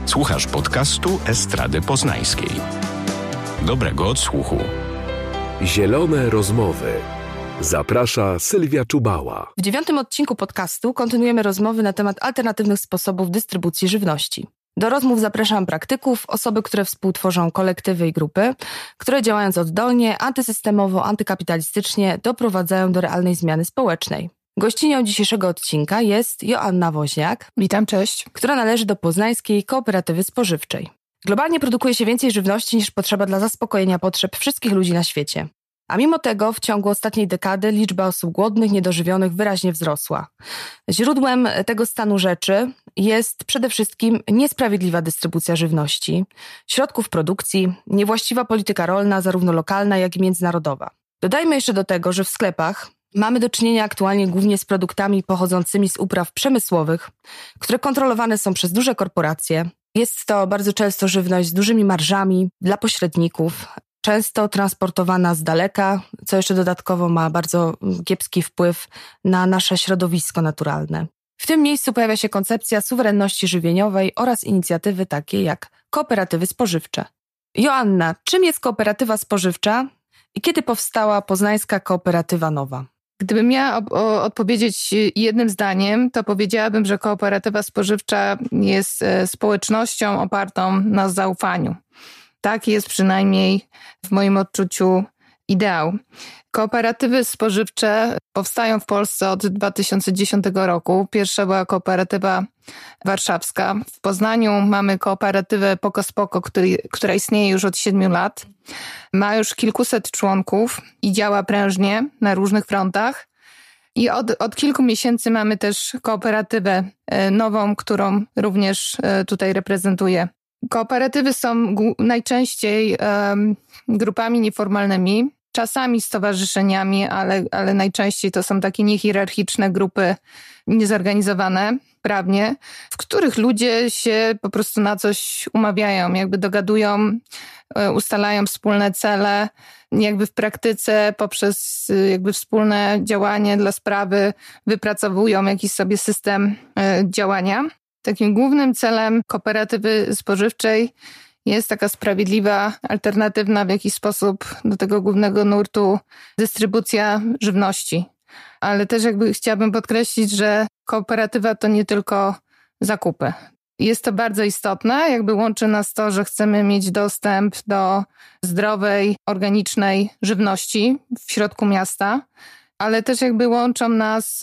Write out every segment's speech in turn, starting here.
Słuchasz podcastu Estrady Poznańskiej. Dobrego odsłuchu. Zielone rozmowy. Zaprasza Sylwia Czubała. W 9. odcinku podcastu kontynuujemy rozmowy na temat alternatywnych sposobów dystrybucji żywności. Do rozmów zapraszam praktyków, osoby, które współtworzą kolektywy i grupy, które działając oddolnie, antysystemowo, antykapitalistycznie doprowadzają do realnej zmiany społecznej. Gościnią dzisiejszego odcinka jest Joanna Woźniak. Witam, cześć. Która należy do Poznańskiej Kooperatywy Spożywczej. Globalnie produkuje się więcej żywności niż potrzeba dla zaspokojenia potrzeb wszystkich ludzi na świecie. A mimo tego w ciągu ostatniej dekady liczba osób głodnych, niedożywionych wyraźnie wzrosła. Źródłem tego stanu rzeczy jest przede wszystkim niesprawiedliwa dystrybucja żywności, środków produkcji, niewłaściwa polityka rolna, zarówno lokalna, jak i międzynarodowa. Dodajmy jeszcze do tego, że w sklepach mamy do czynienia aktualnie głównie z produktami pochodzącymi z upraw przemysłowych, które kontrolowane są przez duże korporacje. Jest to bardzo często żywność z dużymi marżami dla pośredników, często transportowana z daleka, co jeszcze dodatkowo ma bardzo kiepski wpływ na nasze środowisko naturalne. W tym miejscu pojawia się koncepcja suwerenności żywieniowej oraz inicjatywy takie jak kooperatywy spożywcze. Joanna, czym jest kooperatywa spożywcza i kiedy powstała Poznańska Kooperatywa Nowa? Gdybym miała odpowiedzieć jednym zdaniem, to powiedziałabym, że kooperatywa spożywcza jest społecznością opartą na zaufaniu. Tak jest przynajmniej w moim odczuciu ideał. Kooperatywy spożywcze powstają w Polsce od 2010 roku. Pierwsza była kooperatywa warszawska. W Poznaniu mamy kooperatywę Poko Spoko, która istnieje już od 7 lat. Ma już kilkuset członków i działa prężnie na różnych frontach. I od kilku miesięcy mamy też kooperatywę nową, którą również tutaj reprezentuję. Kooperatywy są najczęściej grupami nieformalnymi, czasami stowarzyszeniami, ale najczęściej to są takie niehierarchiczne grupy niezorganizowane prawnie, w których ludzie się po prostu na coś umawiają, jakby dogadują, ustalają wspólne cele, jakby w praktyce poprzez jakby wspólne działanie dla sprawy wypracowują jakiś sobie system działania. Takim głównym celem kooperatywy spożywczej jest taka sprawiedliwa, alternatywna w jakiś sposób do tego głównego nurtu dystrybucja żywności. Ale też jakby chciałabym podkreślić, że kooperatywa to nie tylko zakupy. Jest to bardzo istotne, jakby łączy nas to, że chcemy mieć dostęp do zdrowej, organicznej żywności w środku miasta, ale też jakby łączą nas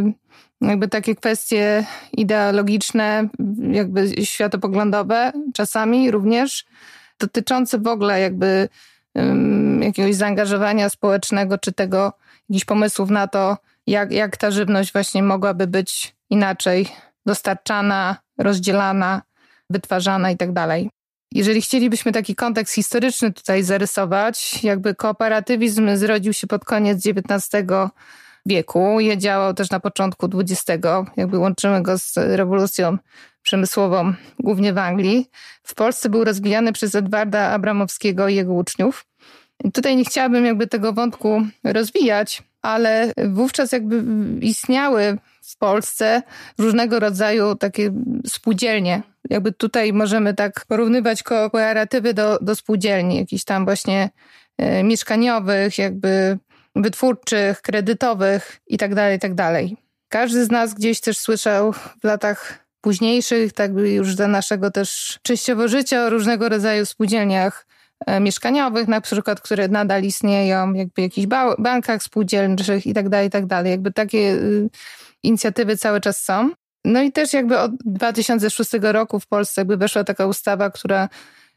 jakby takie kwestie ideologiczne, jakby światopoglądowe czasami również, dotyczące w ogóle jakby jakiegoś zaangażowania społecznego, czy tego jakichś pomysłów na to, jak ta żywność właśnie mogłaby być inaczej dostarczana, rozdzielana, wytwarzana i tak dalej. Jeżeli chcielibyśmy taki kontekst historyczny tutaj zarysować, jakby kooperatywizm zrodził się pod koniec XIX wieku. Działał też na początku XX, jakby łączymy go z rewolucją przemysłową, głównie w Anglii. W Polsce był rozwijany przez Edwarda Abramowskiego i jego uczniów. I tutaj nie chciałabym jakby tego wątku rozwijać, ale wówczas jakby istniały w Polsce różnego rodzaju takie spółdzielnie. Jakby tutaj możemy tak porównywać kooperatywy do spółdzielni, jakichś tam właśnie mieszkaniowych, jakby wytwórczych, kredytowych i tak dalej, i tak dalej. Każdy z nas gdzieś też słyszał w latach późniejszych, tak już za naszego też częściowo życia o różnego rodzaju spółdzielniach mieszkaniowych, na przykład, które nadal istnieją, jakby jakichś bankach spółdzielczych i tak dalej, i tak dalej. Jakby takie inicjatywy cały czas są. No i też jakby od 2006 roku w Polsce jakby weszła taka ustawa, która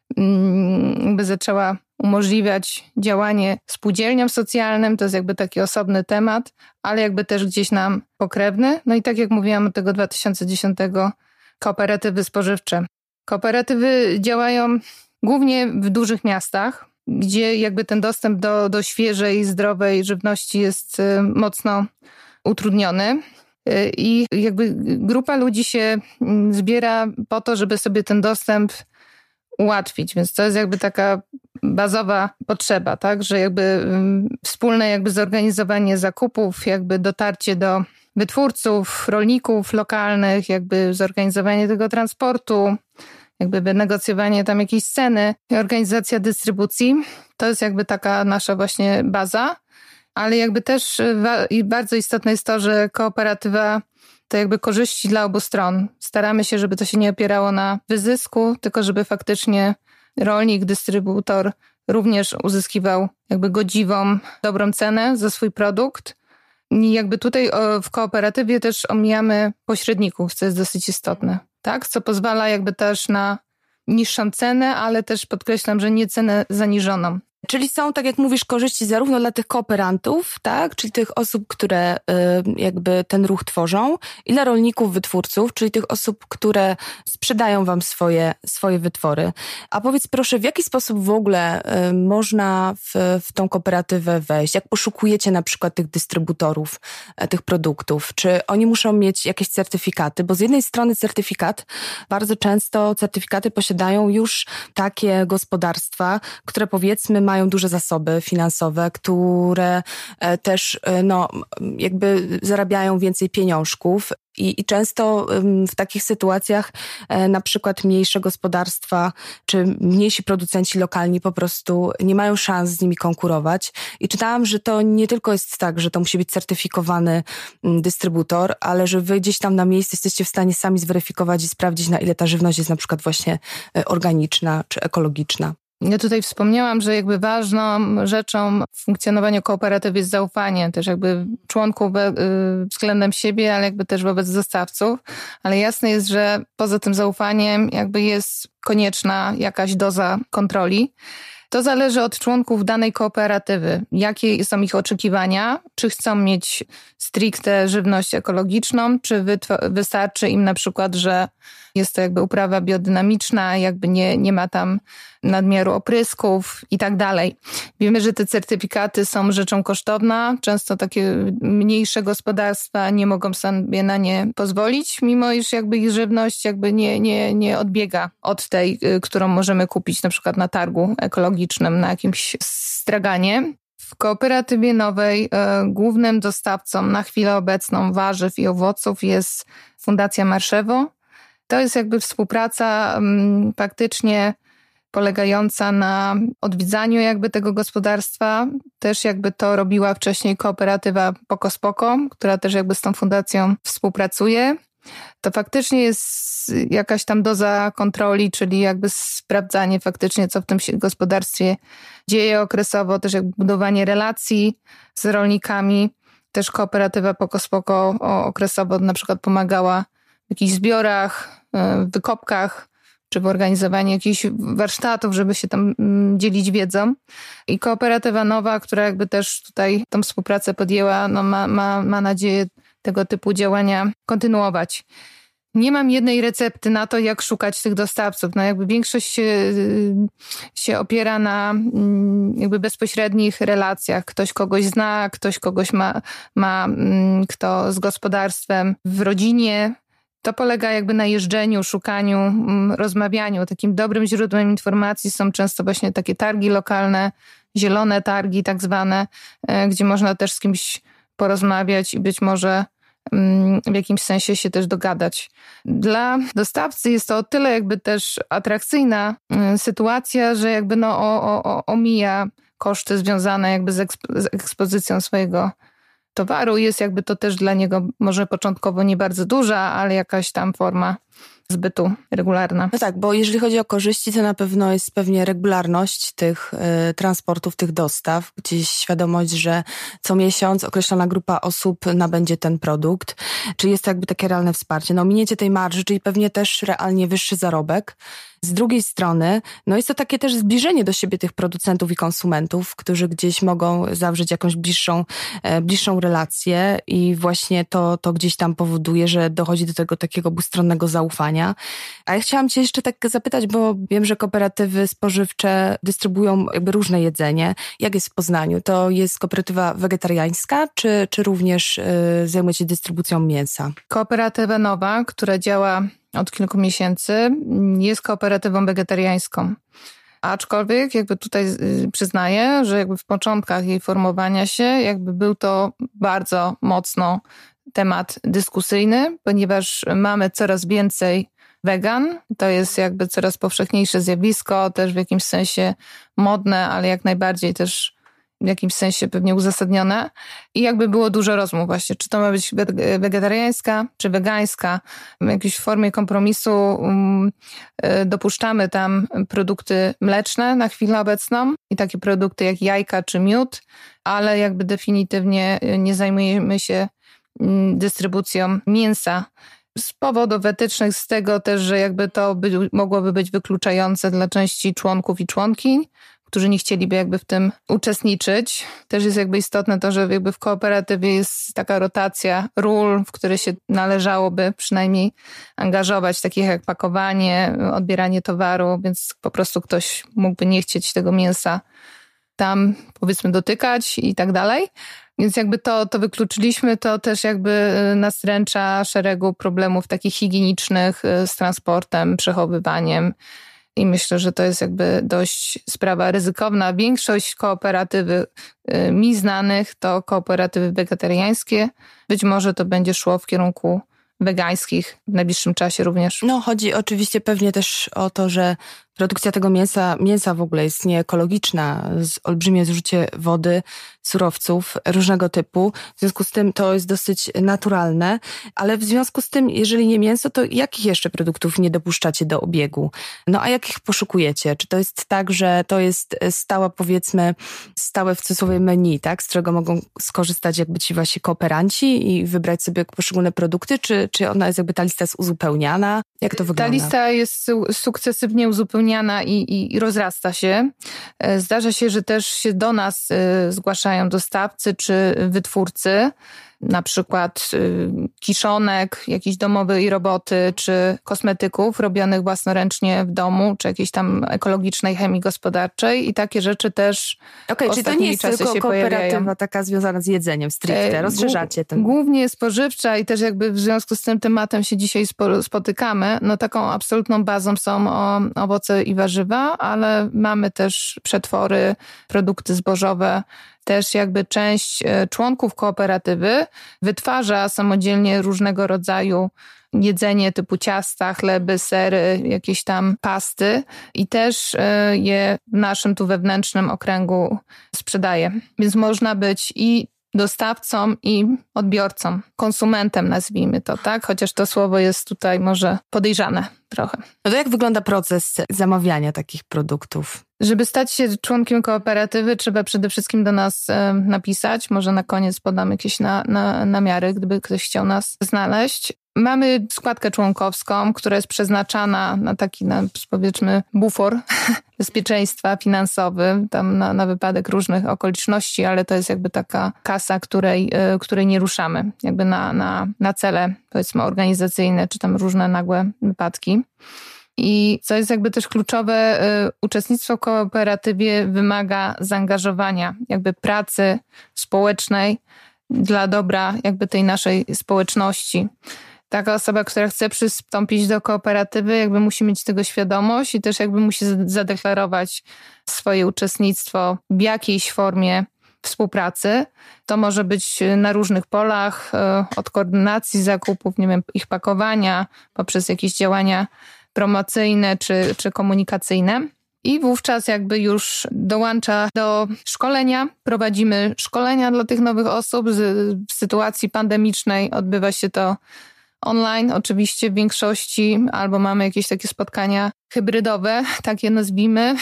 jakby zaczęła umożliwiać działanie spółdzielniom socjalnym. To jest jakby taki osobny temat, ale jakby też gdzieś nam pokrewny. No i tak jak mówiłam od tego 2010 kooperatywy spożywcze. Kooperatywy działają głównie w dużych miastach, gdzie jakby ten dostęp do świeżej, zdrowej żywności jest mocno utrudniony. I jakby grupa ludzi się zbiera po to, żeby sobie ten dostęp ułatwić, więc to jest jakby taka bazowa potrzeba, tak, że jakby wspólne jakby zorganizowanie zakupów, jakby dotarcie do wytwórców, rolników lokalnych, jakby zorganizowanie tego transportu, jakby wynegocjowanie tam jakiejś ceny i organizacja dystrybucji. To jest jakby taka nasza właśnie baza, ale jakby też bardzo istotne jest to, że kooperatywa to jakby korzyści dla obu stron. Staramy się, żeby to się nie opierało na wyzysku, tylko żeby faktycznie rolnik, dystrybutor również uzyskiwał jakby godziwą, dobrą cenę za swój produkt. I jakby tutaj w kooperatywie też omijamy pośredników, co jest dosyć istotne, tak? Co pozwala jakby też na niższą cenę, ale też podkreślam, że nie cenę zaniżoną. Czyli są, tak jak mówisz, korzyści zarówno dla tych kooperantów, tak, czyli tych osób, które jakby ten ruch tworzą, i dla rolników, wytwórców, czyli tych osób, które sprzedają wam swoje wytwory. A powiedz proszę, w jaki sposób w ogóle można w tą kooperatywę wejść? Jak poszukujecie na przykład tych dystrybutorów, tych produktów? Czy oni muszą mieć jakieś certyfikaty? Bo z jednej strony bardzo często certyfikaty posiadają już takie gospodarstwa, które powiedzmy mają duże zasoby finansowe, które też jakby zarabiają więcej pieniążków i często w takich sytuacjach na przykład mniejsze gospodarstwa czy mniejsi producenci lokalni po prostu nie mają szans z nimi konkurować. I czytałam, że to nie tylko jest tak, że to musi być certyfikowany dystrybutor, ale że wy gdzieś tam na miejscu jesteście w stanie sami zweryfikować i sprawdzić, na ile ta żywność jest na przykład właśnie organiczna czy ekologiczna. Ja tutaj wspomniałam, że jakby ważną rzeczą w funkcjonowaniu kooperatywy jest zaufanie też jakby członków względem siebie, ale jakby też wobec dostawców. Ale jasne jest, że poza tym zaufaniem jakby jest konieczna jakaś doza kontroli. To zależy od członków danej kooperatywy. Jakie są ich oczekiwania? Czy chcą mieć stricte żywność ekologiczną? Czy wystarczy im na przykład, że jest to jakby uprawa biodynamiczna, jakby nie ma tam nadmiaru oprysków i tak dalej. Wiemy, że te certyfikaty są rzeczą kosztowną. Często takie mniejsze gospodarstwa nie mogą sobie na nie pozwolić, mimo iż jakby ich żywność jakby nie odbiega od tej, którą możemy kupić na przykład na targu ekologicznym, na jakimś straganie. W kooperatywie nowej głównym dostawcą na chwilę obecną warzyw i owoców jest Fundacja Marszewo. To jest jakby współpraca faktycznie polegająca na odwiedzaniu jakby tego gospodarstwa. Też jakby to robiła wcześniej kooperatywa Poko Spoko, która też jakby z tą fundacją współpracuje. To faktycznie jest jakaś tam doza kontroli, czyli jakby sprawdzanie faktycznie, co w tym gospodarstwie dzieje okresowo, też jakby budowanie relacji z rolnikami. Też kooperatywa Poko Spoko okresowo na przykład pomagała w jakichś zbiorach, wykopkach, czy w organizowaniu jakichś warsztatów, żeby się tam dzielić wiedzą. I kooperatywa nowa, która jakby też tutaj tą współpracę podjęła, ma nadzieję tego typu działania kontynuować. Nie mam jednej recepty na to, jak szukać tych dostawców. Jakby większość się opiera na jakby bezpośrednich relacjach. Ktoś kogoś zna, ktoś kogoś ma kto z gospodarstwem w rodzinie. To polega jakby na jeżdżeniu, szukaniu, rozmawianiu. Takim dobrym źródłem informacji są często właśnie takie targi lokalne, zielone targi tak zwane, gdzie można też z kimś porozmawiać i być może w jakimś sensie się też dogadać. Dla dostawcy jest to o tyle jakby też atrakcyjna sytuacja, że jakby omija koszty związane jakby z ekspozycją swojego towaru. Jest jakby to też dla niego może początkowo nie bardzo duża, ale jakaś tam forma zbytu regularna. No tak, bo jeżeli chodzi o korzyści, to na pewno jest pewnie regularność tych transportów, tych dostaw, gdzieś świadomość, że co miesiąc określona grupa osób nabędzie ten produkt, czy jest to jakby takie realne wsparcie. Minięcie tej marży, czyli pewnie też realnie wyższy zarobek. Z drugiej strony, jest to takie też zbliżenie do siebie tych producentów i konsumentów, którzy gdzieś mogą zawrzeć jakąś bliższą relację i właśnie to gdzieś tam powoduje, że dochodzi do tego takiego obustronnego zaufania. A ja chciałam cię jeszcze tak zapytać, bo wiem, że kooperatywy spożywcze dystrybuują jakby różne jedzenie. Jak jest w Poznaniu? To jest kooperatywa wegetariańska, czy również zajmuje się dystrybucją mięsa? Kooperatywa nowa, która działa od kilku miesięcy, jest kooperatywą wegetariańską. Aczkolwiek jakby tutaj przyznaję, że jakby w początkach jej formowania się jakby był to bardzo mocno temat dyskusyjny, ponieważ mamy coraz więcej wegan. To jest jakby coraz powszechniejsze zjawisko, też w jakimś sensie modne, ale jak najbardziej też w jakimś sensie pewnie uzasadnione. I jakby było dużo rozmów właśnie, czy to ma być wegetariańska, czy wegańska. W jakiejś formie kompromisu dopuszczamy tam produkty mleczne na chwilę obecną i takie produkty jak jajka czy miód, ale jakby definitywnie nie zajmujemy się dystrybucją mięsa. Z powodów etycznych, z tego też, że jakby to mogłoby być wykluczające dla części członków i członkiń, którzy nie chcieliby jakby w tym uczestniczyć. Też jest jakby istotne to, że jakby w kooperatywie jest taka rotacja ról, w które się należałoby przynajmniej angażować, takich jak pakowanie, odbieranie towaru, więc po prostu ktoś mógłby nie chcieć tego mięsa tam powiedzmy dotykać i tak dalej. Więc jakby to wykluczyliśmy, to też jakby nastręcza szeregu problemów takich higienicznych z transportem, przechowywaniem. I myślę, że to jest jakby dość sprawa ryzykowna. Większość kooperatywy mi znanych to kooperatywy wegetariańskie. Być może to będzie szło w kierunku wegańskich w najbliższym czasie również. No chodzi oczywiście pewnie też o to, że produkcja tego mięsa w ogóle jest nieekologiczna, olbrzymie zużycie wody, surowców różnego typu. W związku z tym to jest dosyć naturalne, ale w związku z tym, jeżeli nie mięso, to jakich jeszcze produktów nie dopuszczacie do obiegu? No a jakich poszukujecie? Czy to jest tak, że to jest stałe w cudzysłowie menu, tak? Z którego mogą skorzystać jakby ci właśnie kooperanci i wybrać sobie poszczególne produkty? Czy ona jest jakby ta lista jest uzupełniana? Jak to wygląda? Ta lista jest sukcesywnie uzupełniana i rozrasta się. Zdarza się, że też się do nas zgłaszają dostawcy czy wytwórcy, na przykład kiszonek, jakiś domowej roboty, czy kosmetyków robionych własnoręcznie w domu, czy jakiejś tam ekologicznej chemii gospodarczej i takie rzeczy też w czyli to nie jest tylko kooperatywa taka związana z jedzeniem stricte, rozszerzacie ten. Głównie spożywcza i też jakby w związku z tym tematem się dzisiaj spotykamy. No taką absolutną bazą są owoce i warzywa, ale mamy też przetwory, produkty zbożowe. Też jakby część członków kooperatywy wytwarza samodzielnie różnego rodzaju jedzenie typu ciasta, chleby, sery, jakieś tam pasty i też je w naszym tu wewnętrznym okręgu sprzedaje. Więc można być i dostawcą i odbiorcą, konsumentem nazwijmy to, tak? Chociaż to słowo jest tutaj może podejrzane trochę. No to jak wygląda proces zamawiania takich produktów? Żeby stać się członkiem kooperatywy, trzeba przede wszystkim do nas napisać. Może na koniec podam jakieś namiary, gdyby ktoś chciał nas znaleźć. Mamy składkę członkowską, która jest przeznaczana na taki, powiedzmy, bufor bezpieczeństwa finansowy, tam na wypadek różnych okoliczności, ale to jest jakby taka kasa, której nie ruszamy, jakby na cele, powiedzmy, organizacyjne, czy tam różne nagłe wypadki. I co jest jakby też kluczowe, uczestnictwo w kooperatywie wymaga zaangażowania, jakby pracy społecznej dla dobra jakby tej naszej społeczności. Taka osoba, która chce przystąpić do kooperatywy, jakby musi mieć tego świadomość i też jakby musi zadeklarować swoje uczestnictwo w jakiejś formie współpracy. To może być na różnych polach, od koordynacji zakupów, nie wiem, ich pakowania, poprzez jakieś działania promocyjne czy komunikacyjne. I wówczas jakby już dołącza do szkolenia. Prowadzimy szkolenia dla tych nowych osób. W sytuacji pandemicznej odbywa się to online oczywiście w większości, albo mamy jakieś takie spotkania hybrydowe, tak je nazwijmy.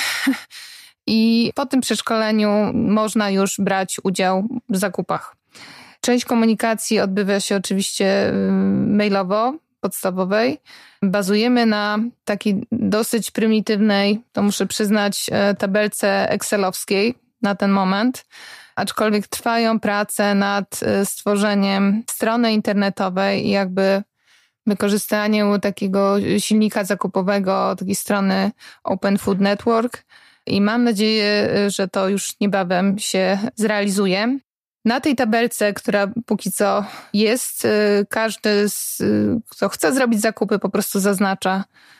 I po tym przeszkoleniu można już brać udział w zakupach. Część komunikacji odbywa się oczywiście mailowo, podstawowej. Bazujemy na takiej dosyć prymitywnej, to muszę przyznać, tabelce excelowskiej na ten moment. Aczkolwiek trwają prace nad stworzeniem strony internetowej i jakby wykorzystaniem takiego silnika zakupowego, takiej strony Open Food Network. I mam nadzieję, że to już niebawem się zrealizuje. Na tej tabelce, która póki co jest, każdy, kto chce zrobić zakupy, po prostu zaznacza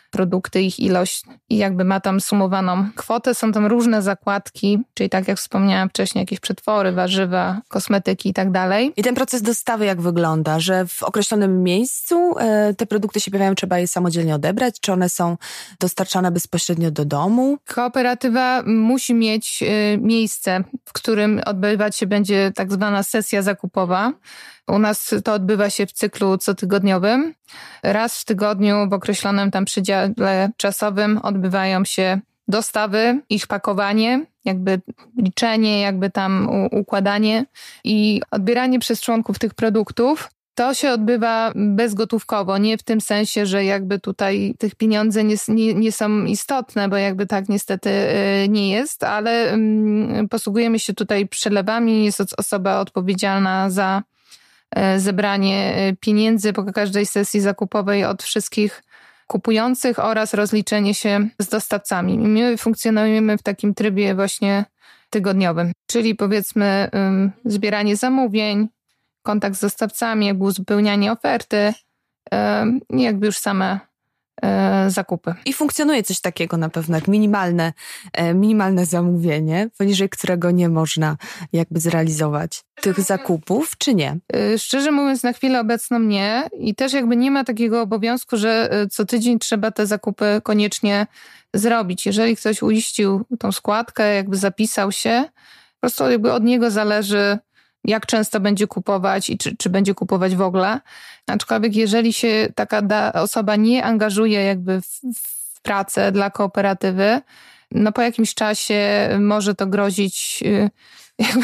produkty, ich ilość i jakby ma tam sumowaną kwotę. Są tam różne zakładki, czyli tak jak wspomniałam wcześniej, jakieś przetwory, warzywa, kosmetyki i tak dalej. I ten proces dostawy jak wygląda? Że w określonym miejscu te produkty się pojawiają, trzeba je samodzielnie odebrać? Czy one są dostarczane bezpośrednio do domu? Kooperatywa musi mieć miejsce, w którym odbywać się będzie tak zwana sesja zakupowa. U nas to odbywa się w cyklu cotygodniowym. Raz w tygodniu w określonym tam przedziale czasowym odbywają się dostawy, ich pakowanie, jakby liczenie, jakby tam układanie i odbieranie przez członków tych produktów. To się odbywa bezgotówkowo, nie w tym sensie, że jakby tutaj tych pieniądze nie są istotne, bo jakby tak niestety nie jest, ale posługujemy się tutaj przelewami. Jest osoba odpowiedzialna za zebranie pieniędzy po każdej sesji zakupowej od wszystkich kupujących oraz rozliczenie się z dostawcami. My funkcjonujemy w takim trybie właśnie tygodniowym, czyli powiedzmy zbieranie zamówień, kontakt z dostawcami, jakby uzupełnianie oferty i jakby już same zakupy. I funkcjonuje coś takiego na pewno jak minimalne zamówienie, poniżej którego nie można jakby zrealizować tych zakupów, czy nie? Szczerze mówiąc, na chwilę obecną nie. I też jakby nie ma takiego obowiązku, że co tydzień trzeba te zakupy koniecznie zrobić. Jeżeli ktoś uiścił tą składkę, jakby zapisał się, po prostu jakby od niego zależy, jak często będzie kupować i czy będzie kupować w ogóle. Aczkolwiek jeżeli się taka osoba nie angażuje jakby w pracę dla kooperatywy, no po jakimś czasie może to grozić jakby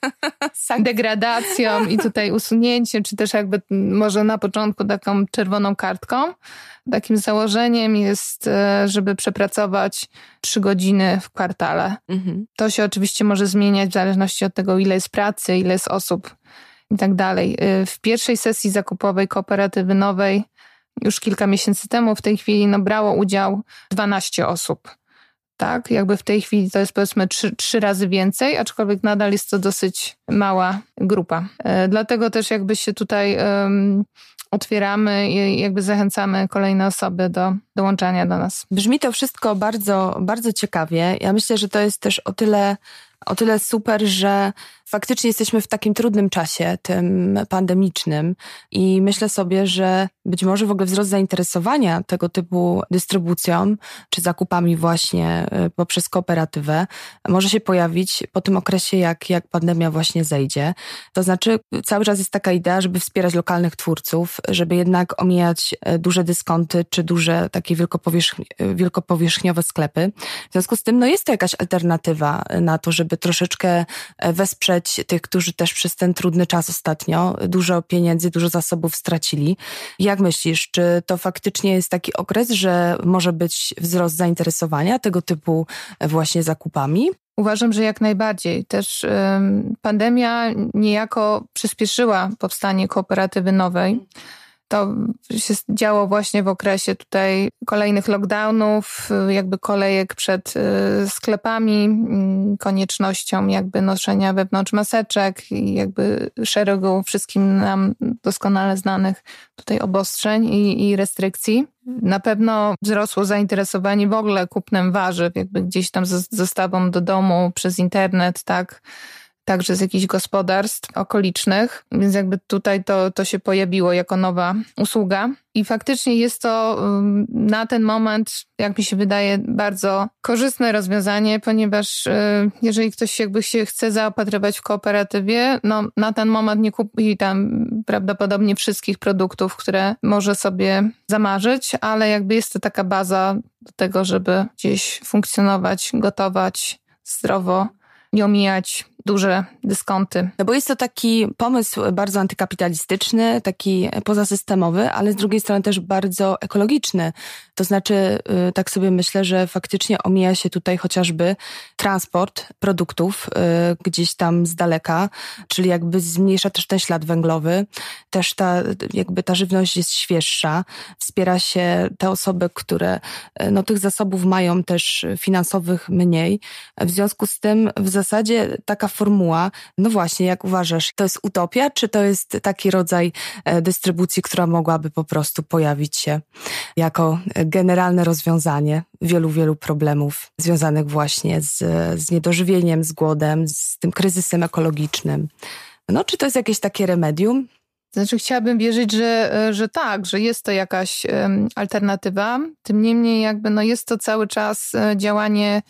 degradacją i tutaj usunięciem, czy też jakby może na początku taką czerwoną kartką. Takim założeniem jest, żeby przepracować 3 godziny w kwartale. Mhm. To się oczywiście może zmieniać w zależności od tego, ile jest pracy, ile jest osób i tak dalej. W pierwszej sesji zakupowej kooperatywy nowej już kilka miesięcy temu w tej chwili brało udział 12 osób. Tak, jakby w tej chwili to jest powiedzmy 3 razy więcej, aczkolwiek nadal jest to dosyć mała grupa. Dlatego też jakby się tutaj otwieramy i jakby zachęcamy kolejne osoby do dołączania do nas. Brzmi to wszystko bardzo, bardzo ciekawie. Ja myślę, że to jest też o tyle super, że faktycznie jesteśmy w takim trudnym czasie, tym pandemicznym i myślę sobie, że być może w ogóle wzrost zainteresowania tego typu dystrybucją czy zakupami właśnie poprzez kooperatywę może się pojawić po tym okresie, jak pandemia właśnie zejdzie. To znaczy cały czas jest taka idea, żeby wspierać lokalnych twórców, żeby jednak omijać duże dyskonty czy duże takie wielkopowierzchniowe sklepy. W związku z tym jest to jakaś alternatywa na to, żeby troszeczkę wesprzeć tych, którzy też przez ten trudny czas ostatnio dużo pieniędzy, dużo zasobów stracili. Jak myślisz, czy to faktycznie jest taki okres, że może być wzrost zainteresowania tego typu właśnie zakupami? Uważam, że jak najbardziej. Też pandemia niejako przyspieszyła powstanie kooperatywy nowej. To się działo właśnie w okresie tutaj kolejnych lockdownów, jakby kolejek przed sklepami, koniecznością jakby noszenia wewnątrz maseczek i jakby szeregu wszystkim nam doskonale znanych tutaj obostrzeń i restrykcji. Na pewno wzrosło zainteresowanie w ogóle kupnem warzyw, jakby gdzieś tam z dostawą do domu przez internet, tak? Także z jakichś gospodarstw okolicznych, więc jakby tutaj to się pojawiło jako nowa usługa. I faktycznie jest to na ten moment, jak mi się wydaje, bardzo korzystne rozwiązanie, ponieważ jeżeli ktoś jakby się chce zaopatrywać w kooperatywie, na ten moment nie kupi tam prawdopodobnie wszystkich produktów, które może sobie zamarzyć, ale jakby jest to taka baza do tego, żeby gdzieś funkcjonować, gotować zdrowo, nie omijać duże dyskonty. No bo jest to taki pomysł bardzo antykapitalistyczny, taki pozasystemowy, ale z drugiej strony też bardzo ekologiczny. To znaczy, tak sobie myślę, że faktycznie omija się tutaj chociażby transport produktów gdzieś tam z daleka, czyli jakby zmniejsza też ten ślad węglowy. Też ta żywność jest świeższa. Wspiera się te osoby, które tych zasobów mają też finansowych mniej. W związku z tym w zasadzie taka formuła. No właśnie, jak uważasz, to jest utopia, czy to jest taki rodzaj dystrybucji, która mogłaby po prostu pojawić się jako generalne rozwiązanie wielu problemów związanych właśnie z niedożywieniem, z głodem, z tym kryzysem ekologicznym? No, czy to jest jakieś takie remedium? Znaczy chciałabym wierzyć, że tak, że jest to jakaś alternatywa. Tym niemniej jakby jest to cały czas działanie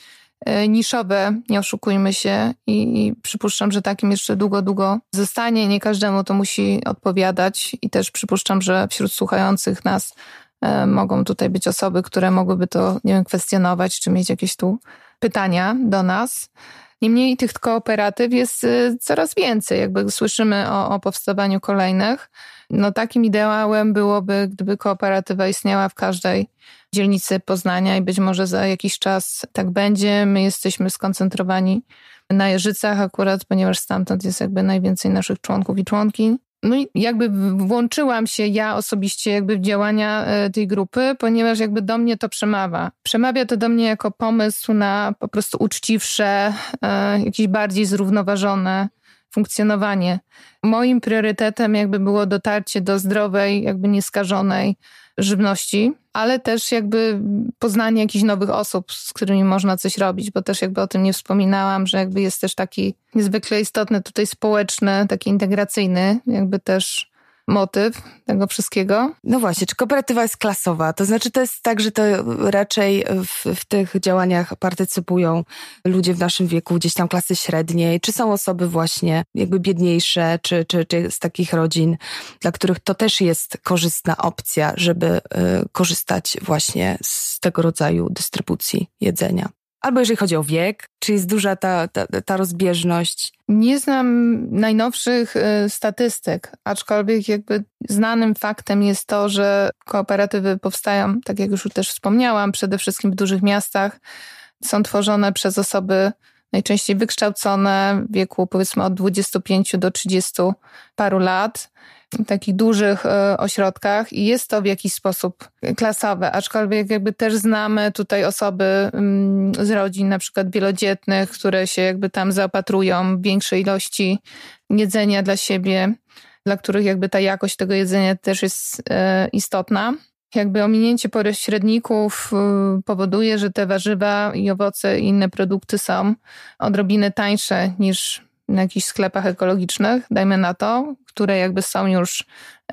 niszowe, nie oszukujmy się, i przypuszczam, że takim jeszcze długo zostanie. Nie każdemu to musi odpowiadać i też przypuszczam, że wśród słuchających nas mogą tutaj być osoby, które mogłyby to, nie wiem, kwestionować, czy mieć jakieś tu pytania do nas. Niemniej tych kooperatyw jest coraz więcej. Jakby słyszymy o powstawaniu kolejnych. No takim ideałem byłoby, gdyby kooperatywa istniała w każdej dzielnicy Poznania i być może za jakiś czas tak będzie. My jesteśmy skoncentrowani na Jeżycach akurat, ponieważ stamtąd jest jakby najwięcej naszych członków i członkiń. No i jakby włączyłam się ja osobiście jakby w działania tej grupy, ponieważ jakby do mnie to przemawia. Przemawia to do mnie jako pomysł na po prostu uczciwsze, jakieś bardziej zrównoważone funkcjonowanie. Moim priorytetem jakby było dotarcie do zdrowej, jakby nieskażonej żywności, ale też jakby poznanie jakichś nowych osób, z którymi można coś robić, bo też jakby o tym nie wspominałam, że jakby jest też taki niezwykle istotny tutaj społeczny, taki integracyjny jakby też motyw tego wszystkiego. No właśnie, czy kooperatywa jest klasowa? To znaczy to jest tak, że to raczej w tych działaniach partycypują ludzie w naszym wieku, gdzieś tam klasy średniej, czy są osoby właśnie jakby biedniejsze, czy z takich rodzin, dla których to też jest korzystna opcja, żeby korzystać właśnie z tego rodzaju dystrybucji jedzenia. Albo jeżeli chodzi o wiek, czy jest duża ta rozbieżność? Nie znam najnowszych statystyk, aczkolwiek jakby znanym faktem jest to, że kooperatywy powstają, tak jak już też wspomniałam, przede wszystkim w dużych miastach. Są tworzone przez osoby najczęściej wykształcone w wieku powiedzmy od 25 do 30 paru lat, w takich dużych ośrodkach i jest to w jakiś sposób klasowe, aczkolwiek jakby też znamy tutaj osoby z rodzin na przykład wielodzietnych, które się jakby tam zaopatrują w większej ilości jedzenia dla siebie, dla których jakby ta jakość tego jedzenia też jest istotna. Jakby ominięcie pośredników powoduje, że te warzywa i owoce i inne produkty są odrobinę tańsze niż na jakichś sklepach ekologicznych, dajmy na to, które jakby są już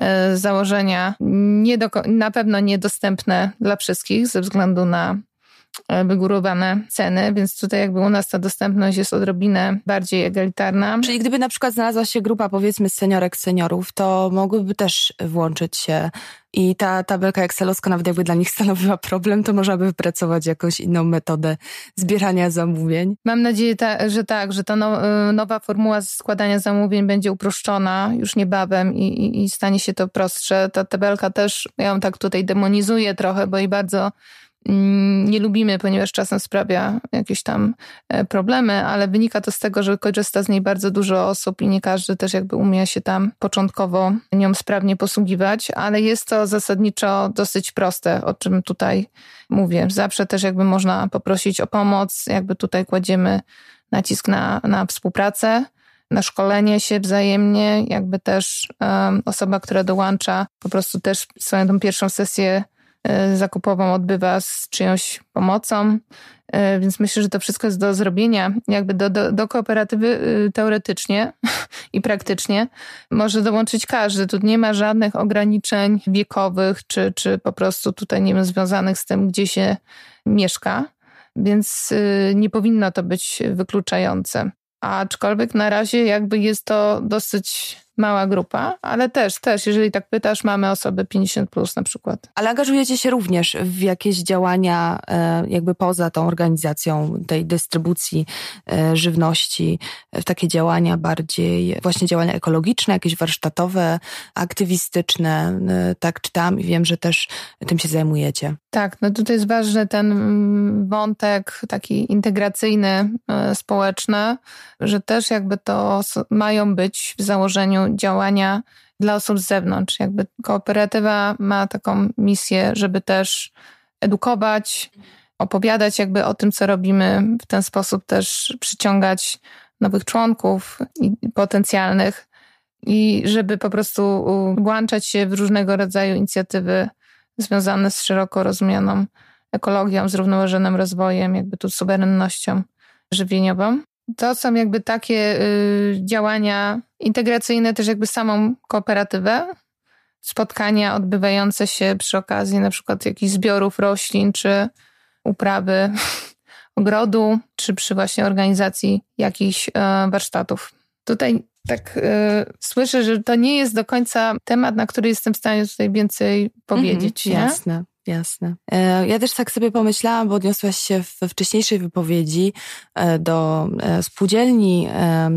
z założenia na pewno niedostępne dla wszystkich ze względu na wygórowane ceny, więc tutaj jakby u nas ta dostępność jest odrobinę bardziej egalitarna. Czyli gdyby na przykład znalazła się grupa powiedzmy seniorów, to mogłyby też włączyć się i ta tabelka excelowska nawet jakby dla nich stanowiła problem, to można by wypracować jakąś inną metodę zbierania zamówień. Mam nadzieję, że ta nowa formuła składania zamówień będzie uproszczona już niebawem i stanie się to prostsze. Ta tabelka też, ja ją tak tutaj demonizuję trochę, bo jej bardzo nie lubimy, ponieważ czasem sprawia jakieś tam problemy, ale wynika to z tego, że korzysta z niej bardzo dużo osób i nie każdy też jakby umie się tam początkowo nią sprawnie posługiwać, ale jest to zasadniczo dosyć proste, o czym tutaj mówię. Zawsze też jakby można poprosić o pomoc, jakby tutaj kładziemy nacisk na współpracę, na szkolenie się wzajemnie, jakby też osoba, która dołącza, po prostu też swoją tą pierwszą sesję zakupową odbywa z czyjąś pomocą, więc myślę, że to wszystko jest do zrobienia. Jakby do kooperatywy teoretycznie i praktycznie może dołączyć każdy. Tu nie ma żadnych ograniczeń wiekowych, czy po prostu tutaj nie wiem, związanych z tym, gdzie się mieszka, więc nie powinno to być wykluczające. Aczkolwiek na razie jakby jest to dosyć mała grupa, ale też, jeżeli tak pytasz, mamy osoby 50+ na przykład. Ale angażujecie się również w jakieś działania jakby poza tą organizacją tej dystrybucji żywności, w takie działania bardziej, właśnie działania ekologiczne, jakieś warsztatowe, aktywistyczne, tak czytam i wiem, że też tym się zajmujecie. Tak, no tutaj jest ważny ten wątek taki integracyjny, społeczny, że też jakby to mają być w założeniu działania dla osób z zewnątrz. Jakby kooperatywa ma taką misję, żeby też edukować, opowiadać jakby o tym, co robimy, w ten sposób też przyciągać nowych członków i potencjalnych i żeby po prostu włączać się w różnego rodzaju inicjatywy związane z szeroko rozumianą ekologią, zrównoważonym rozwojem, jakby tu suwerennością żywieniową. To są jakby takie działania integracyjne też jakby samą kooperatywę, spotkania odbywające się przy okazji na przykład jakichś zbiorów roślin, czy uprawy ogrodu, czy przy właśnie organizacji jakichś warsztatów. Tutaj tak słyszę, że to nie jest do końca temat, na który jestem w stanie tutaj więcej powiedzieć. Jasne. Ja też tak sobie pomyślałam, bo odniosłaś się we wcześniejszej wypowiedzi do spółdzielni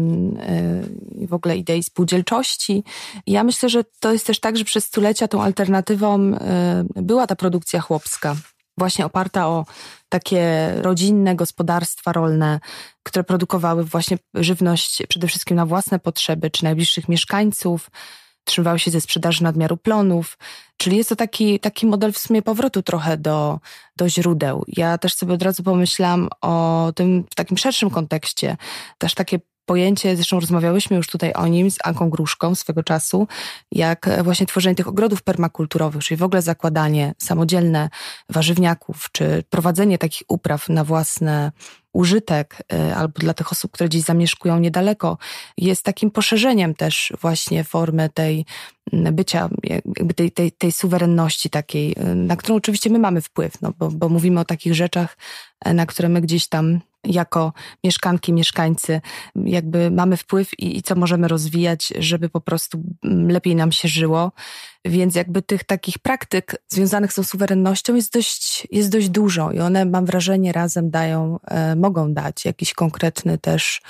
i w ogóle idei spółdzielczości. Ja myślę, że to jest też tak, że przez stulecia tą alternatywą była ta produkcja chłopska. Właśnie oparta o takie rodzinne gospodarstwa rolne, które produkowały właśnie żywność przede wszystkim na własne potrzeby, czy najbliższych mieszkańców, trzymywały się ze sprzedaży nadmiaru plonów. Czyli jest to taki model w sumie powrotu trochę do źródeł. Ja też sobie od razu pomyślałam o tym w takim szerszym kontekście. Też takie pojęcie, zresztą rozmawiałyśmy już tutaj o nim z Anką Gruszką swego czasu, jak właśnie tworzenie tych ogrodów permakulturowych, czyli w ogóle zakładanie samodzielne warzywniaków, czy prowadzenie takich upraw na własny użytek, albo dla tych osób, które gdzieś zamieszkują niedaleko, jest takim poszerzeniem też właśnie formy tej bycia, jakby tej suwerenności takiej, na którą oczywiście my mamy wpływ, no bo mówimy o takich rzeczach, na które my gdzieś tam jako mieszkanki, mieszkańcy jakby mamy wpływ i co możemy rozwijać, żeby po prostu lepiej nam się żyło. Więc jakby tych takich praktyk związanych z tą suwerennością jest dość dużo i one, mam wrażenie, razem mogą dać jakiś konkretny też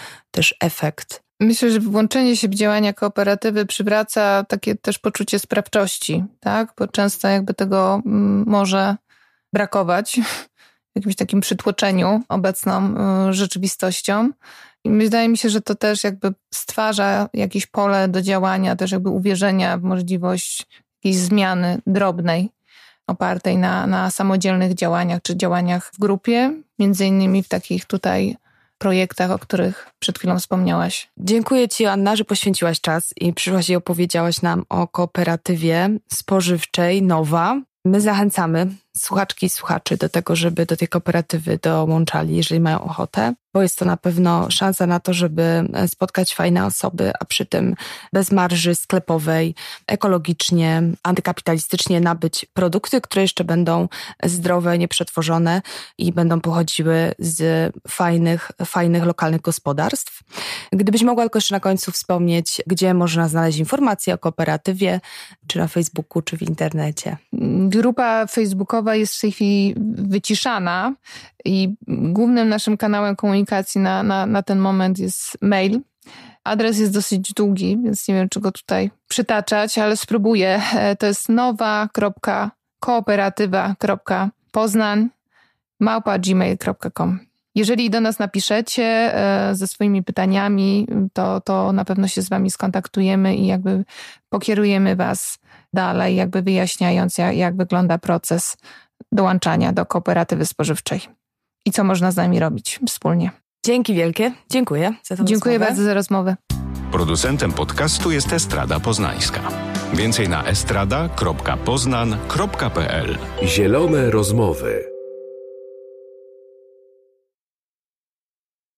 efekt. Myślę, że włączenie się w działania kooperatywy przywraca takie też poczucie sprawczości, tak? Bo często jakby tego może brakować w jakimś takim przytłoczeniu obecną rzeczywistością. I wydaje mi się, że to też jakby stwarza jakieś pole do działania, też jakby uwierzenia w możliwość jakiejś zmiany drobnej, opartej na samodzielnych działaniach, czy działaniach w grupie, między innymi w takich tutaj projektach, o których przed chwilą wspomniałaś. Dziękuję Ci, Joanna, że poświęciłaś czas i przyszłaś i opowiedziałaś nam o kooperatywie spożywczej Nowa. My zachęcamy słuchaczki i słuchaczy do tego, żeby do tej kooperatywy dołączali, jeżeli mają ochotę, bo jest to na pewno szansa na to, żeby spotkać fajne osoby, a przy tym bez marży sklepowej, ekologicznie, antykapitalistycznie nabyć produkty, które jeszcze będą zdrowe, nieprzetworzone i będą pochodziły z fajnych lokalnych gospodarstw. Gdybyś mogła tylko jeszcze na końcu wspomnieć, gdzie można znaleźć informacje o kooperatywie, czy na Facebooku, czy w internecie. Grupa facebookowa jest w tej chwili wyciszana i głównym naszym kanałem komunikacji na ten moment jest mail. Adres jest dosyć długi, więc nie wiem, czy go tutaj przytaczać, ale spróbuję. To jest nowa.kooperatywa.poznań@gmail.com. Jeżeli do nas napiszecie ze swoimi pytaniami, to na pewno się z wami skontaktujemy i jakby pokierujemy was dalej, jakby wyjaśniając, jak wygląda proces dołączania do kooperatywy spożywczej i co można z nami robić wspólnie. Dzięki wielkie. Dziękuję za tę Dziękuję rozmowę. bardzo za rozmowę. Producentem podcastu jest Estrada Poznańska. Więcej na estrada.poznan.pl. Zielone rozmowy.